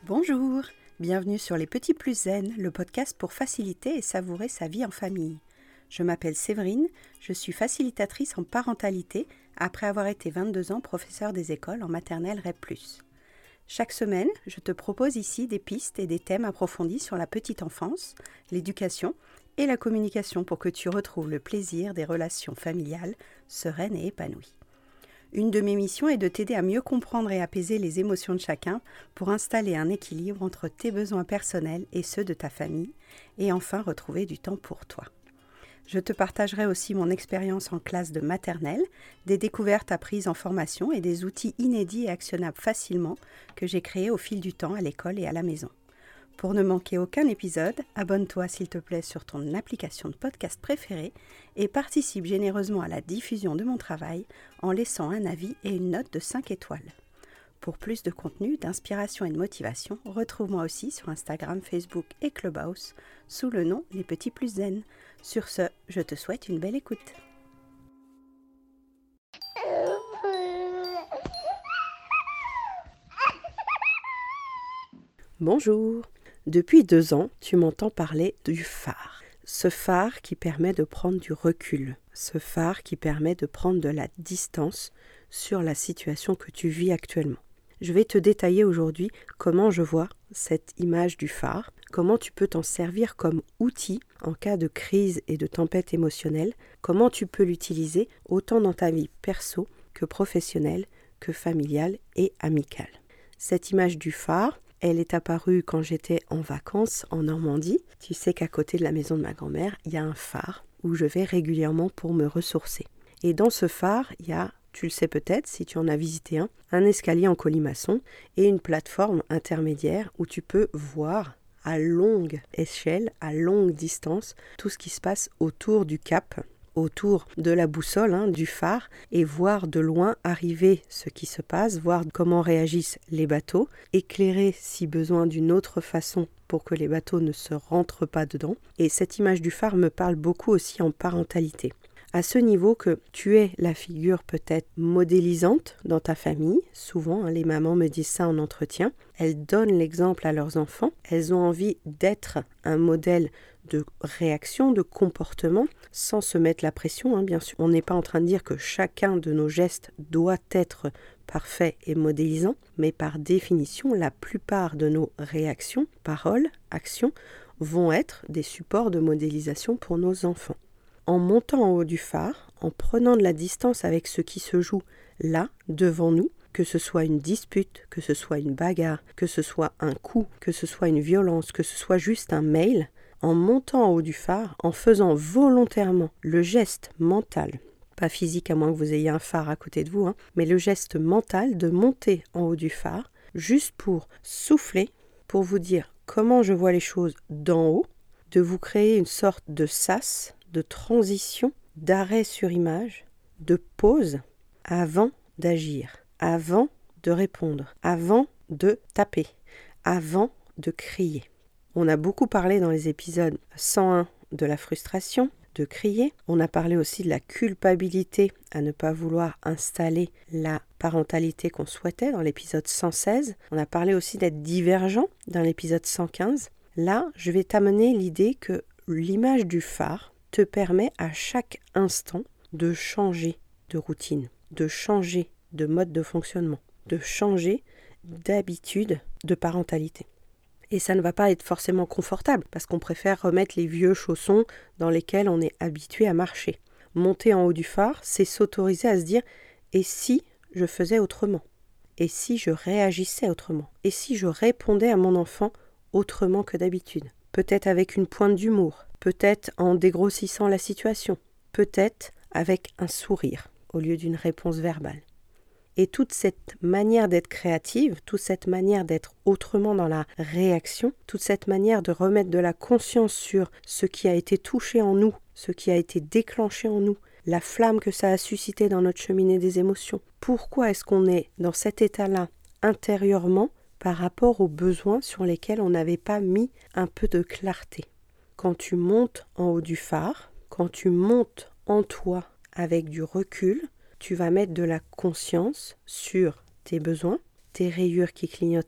Bonjour, bienvenue sur Les Petits Plus Zen, le podcast pour faciliter et savourer sa vie en famille. Je m'appelle Séverine, je suis facilitatrice en parentalité après avoir été 22 ans professeure des écoles en maternelle REP+. Chaque semaine, je te propose ici des pistes et des thèmes approfondis sur la petite enfance, l'éducation et la communication pour que tu retrouves le plaisir des relations familiales sereines et épanouies. Une de mes missions est de t'aider à mieux comprendre et apaiser les émotions de chacun pour installer un équilibre entre tes besoins personnels et ceux de ta famille et enfin retrouver du temps pour toi. Je te partagerai aussi mon expérience en classe de maternelle, des découvertes apprises en formation et des outils inédits et actionnables facilement que j'ai créés au fil du temps à l'école et à la maison. Pour ne manquer aucun épisode, abonne-toi s'il te plaît sur ton application de podcast préférée et participe généreusement à la diffusion de mon travail en laissant un avis et une note de 5 étoiles. Pour plus de contenu, d'inspiration et de motivation, retrouve-moi aussi sur Instagram, Facebook et Clubhouse sous le nom Les Petits Plus Zen. Sur ce, je te souhaite une belle écoute. Bonjour. Depuis 2 ans, tu m'entends parler du phare. Ce phare qui permet de prendre du recul. Ce phare qui permet de prendre de la distance sur la situation que tu vis actuellement. Je vais te détailler aujourd'hui comment je vois cette image du phare, comment tu peux t'en servir comme outil en cas de crise et de tempête émotionnelle, comment tu peux l'utiliser autant dans ta vie perso que professionnelle, que familiale et amicale. Cette image du phare, elle est apparue quand j'étais en vacances en Normandie. Tu sais qu'à côté de la maison de ma grand-mère, il y a un phare où je vais régulièrement pour me ressourcer. Et dans ce phare, il y a, tu le sais peut-être si tu en as visité un escalier en colimaçon et une plateforme intermédiaire où tu peux voir à longue échelle, à longue distance, tout ce qui se passe autour du cap, autour de la boussole, du phare, et voir de loin arriver ce qui se passe, voir comment réagissent les bateaux, éclairer si besoin d'une autre façon pour que les bateaux ne se rentrent pas dedans. Et cette image du phare me parle beaucoup aussi en parentalité. À ce niveau que tu es la figure peut-être modélisante dans ta famille, souvent les mamans me disent ça en entretien, elles donnent l'exemple à leurs enfants, elles ont envie d'être un modèle de réaction, de comportement, sans se mettre la pression, bien sûr. On n'est pas en train de dire que chacun de nos gestes doit être parfait et modélisant, mais par définition, la plupart de nos réactions, paroles, actions, vont être des supports de modélisation pour nos enfants. En montant en haut du phare, en prenant de la distance avec ce qui se joue là, devant nous, que ce soit une dispute, que ce soit une bagarre, que ce soit un coup, que ce soit une violence, que ce soit juste un mail, en montant en haut du phare, en faisant volontairement le geste mental, pas physique à moins que vous ayez un phare à côté de vous, mais le geste mental de monter en haut du phare, juste pour souffler, pour vous dire comment je vois les choses d'en haut, de vous créer une sorte de sas, de transition, d'arrêt sur image, de pause avant d'agir, avant de répondre, avant de taper, avant de crier. On a beaucoup parlé dans les épisodes 101 de la frustration, de crier. On a parlé aussi de la culpabilité à ne pas vouloir installer la parentalité qu'on souhaitait dans l'épisode 116. On a parlé aussi d'être divergent dans l'épisode 115. Là, je vais t'amener l'idée que l'image du phare te permet à chaque instant de changer de routine, de changer de mode de fonctionnement, de changer d'habitude de parentalité. Et ça ne va pas être forcément confortable parce qu'on préfère remettre les vieux chaussons dans lesquels on est habitué à marcher. Monter en haut du phare, c'est s'autoriser à se dire « et si je faisais autrement ? Et si je réagissais autrement ? Et si je répondais à mon enfant autrement que d'habitude ? Peut-être avec une pointe d'humour, peut-être en dégrossissant la situation, peut-être avec un sourire au lieu d'une réponse verbale. » Et toute cette manière d'être créative, toute cette manière d'être autrement dans la réaction, toute cette manière de remettre de la conscience sur ce qui a été touché en nous, ce qui a été déclenché en nous, la flamme que ça a suscité dans notre cheminée des émotions. Pourquoi est-ce qu'on est dans cet état-là intérieurement par rapport aux besoins sur lesquels on n'avait pas mis un peu de clarté ? Quand tu montes en haut du phare, quand tu montes en toi avec du recul, tu vas mettre de la conscience sur tes besoins, tes rayures qui clignotaient,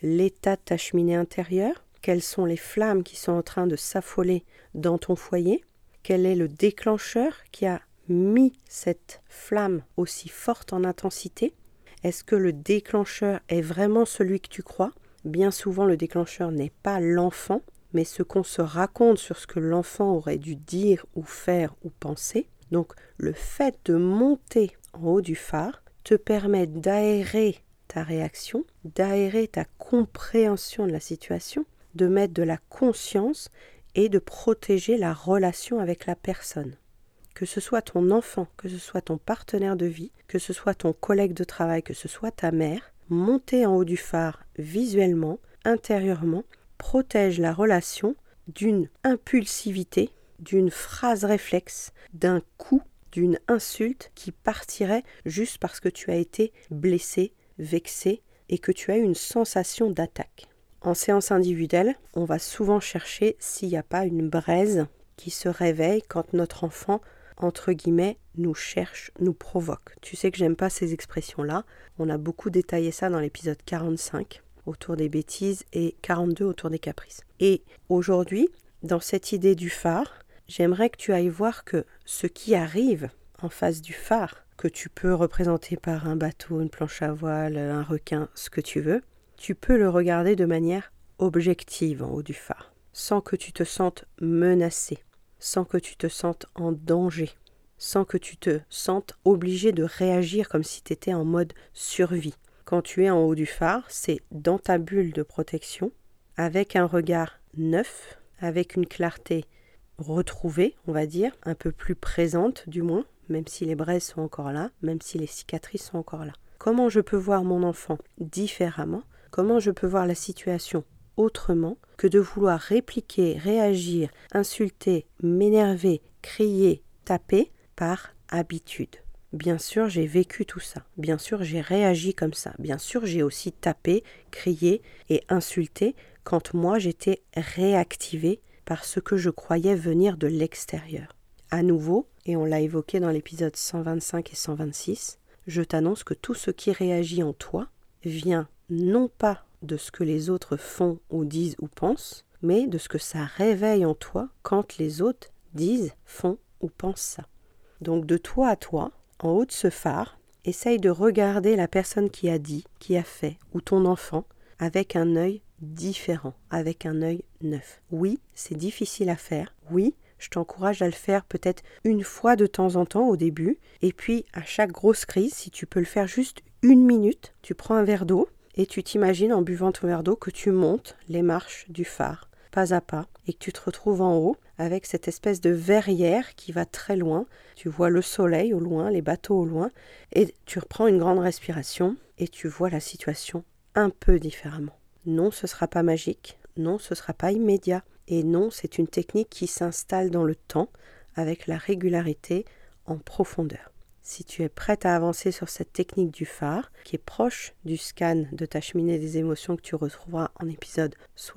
l'état de ta cheminée intérieure? Quelles sont les flammes qui sont en train de s'affoler dans ton foyer? Quel est le déclencheur qui a mis cette flamme aussi forte en intensité? Est-ce que le déclencheur est vraiment celui que tu crois? Bien souvent, le déclencheur n'est pas l'enfant, mais ce qu'on se raconte sur ce que l'enfant aurait dû dire ou faire ou penser. Donc, le fait de monter en haut du phare te permet d'aérer ta réaction, d'aérer ta compréhension de la situation, de mettre de la conscience et de protéger la relation avec la personne. Que ce soit ton enfant, que ce soit ton partenaire de vie, que ce soit ton collègue de travail, que ce soit ta mère, monter en haut du phare visuellement, intérieurement, protège la relation d'une impulsivité, d'une phrase réflexe, d'un coup, d'une insulte qui partirait juste parce que tu as été blessé, vexé et que tu as eu une sensation d'attaque. En séance individuelle, on va souvent chercher s'il n'y a pas une braise qui se réveille quand notre enfant, entre guillemets, nous cherche, nous provoque. Tu sais que j'aime pas ces expressions-là. On a beaucoup détaillé ça dans l'épisode 45, autour des bêtises, et 42 autour des caprices. Et aujourd'hui, dans cette idée du phare, j'aimerais que tu ailles voir que ce qui arrive en face du phare, que tu peux représenter par un bateau, une planche à voile, un requin, ce que tu veux, tu peux le regarder de manière objective en haut du phare, sans que tu te sentes menacé, sans que tu te sentes en danger, sans que tu te sentes obligé de réagir comme si tu étais en mode survie. Quand tu es en haut du phare, c'est dans ta bulle de protection, avec un regard neuf, avec une clarté retrouvée, on va dire, un peu plus présente du moins, même si les braises sont encore là, même si les cicatrices sont encore là. Comment je peux voir mon enfant différemment? Comment je peux voir la situation autrement que de vouloir répliquer, réagir, insulter, m'énerver, crier, taper par habitude? Bien sûr, j'ai vécu tout ça. Bien sûr, j'ai réagi comme ça. Bien sûr, j'ai aussi tapé, crié et insulté quand moi j'étais réactivée par ce que je croyais venir de l'extérieur. À nouveau, et on l'a évoqué dans l'épisode 125 et 126, je t'annonce que tout ce qui réagit en toi vient non pas de ce que les autres font ou disent ou pensent, mais de ce que ça réveille en toi quand les autres disent, font ou pensent ça. Donc de toi à toi, en haut de ce phare, essaye de regarder la personne qui a dit, qui a fait, ou ton enfant, avec un œil différent, avec un œil neuf. Oui, c'est difficile à faire. Oui, je t'encourage à le faire peut-être une fois de temps en temps au début. Et puis, à chaque grosse crise, si tu peux le faire juste 1 minute, tu prends un verre d'eau et tu t'imagines en buvant ton verre d'eau que tu montes les marches du phare, pas à pas, et que tu te retrouves en haut avec cette espèce de verrière qui va très loin. Tu vois le soleil au loin, les bateaux au loin, et tu reprends une grande respiration et tu vois la situation un peu différemment. Non, ce ne sera pas magique. Non, ce ne sera pas immédiat. Et non, c'est une technique qui s'installe dans le temps avec la régularité en profondeur. Si tu es prête à avancer sur cette technique du phare, qui est proche du scan de ta cheminée des émotions que tu retrouveras en épisode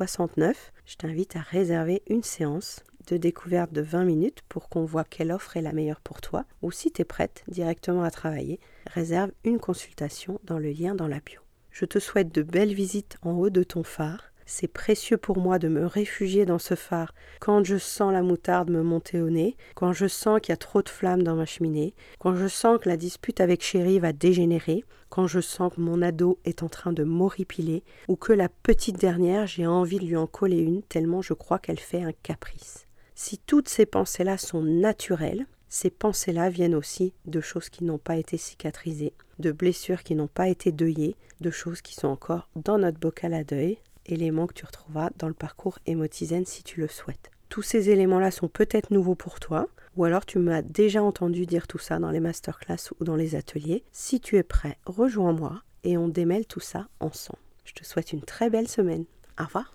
69, je t'invite à réserver une séance de découverte de 20 minutes pour qu'on voit quelle offre est la meilleure pour toi. Ou si tu es prête directement à travailler, réserve une consultation dans le lien dans la bio. Je te souhaite de belles visites en haut de ton phare. C'est précieux pour moi de me réfugier dans ce phare quand je sens la moutarde me monter au nez, quand je sens qu'il y a trop de flammes dans ma cheminée, quand je sens que la dispute avec chérie va dégénérer, quand je sens que mon ado est en train de m'horripiler ou que la petite dernière, j'ai envie de lui en coller une tellement je crois qu'elle fait un caprice. Si toutes ces pensées-là sont naturelles, ces pensées-là viennent aussi de choses qui n'ont pas été cicatrisées, de blessures qui n'ont pas été deuillées, de choses qui sont encore dans notre bocal à deuil, éléments que tu retrouveras dans le parcours Emotizen si tu le souhaites. Tous ces éléments-là sont peut-être nouveaux pour toi, ou alors tu m'as déjà entendu dire tout ça dans les masterclass ou dans les ateliers. Si tu es prêt, rejoins-moi et on démêle tout ça ensemble. Je te souhaite une très belle semaine. Au revoir.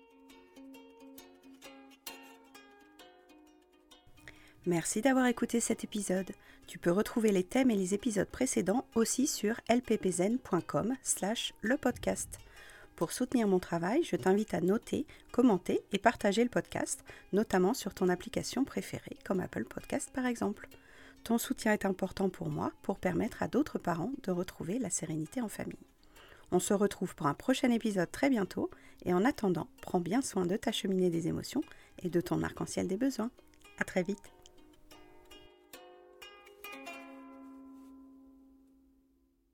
Merci d'avoir écouté cet épisode. Tu peux retrouver les thèmes et les épisodes précédents aussi sur lppzen.com/lepodcast. Pour soutenir mon travail, je t'invite à noter, commenter et partager le podcast, notamment sur ton application préférée, comme Apple Podcast par exemple. Ton soutien est important pour moi pour permettre à d'autres parents de retrouver la sérénité en famille. On se retrouve pour un prochain épisode très bientôt et en attendant, prends bien soin de ta cheminée des émotions et de ton arc-en-ciel des besoins. À très vite.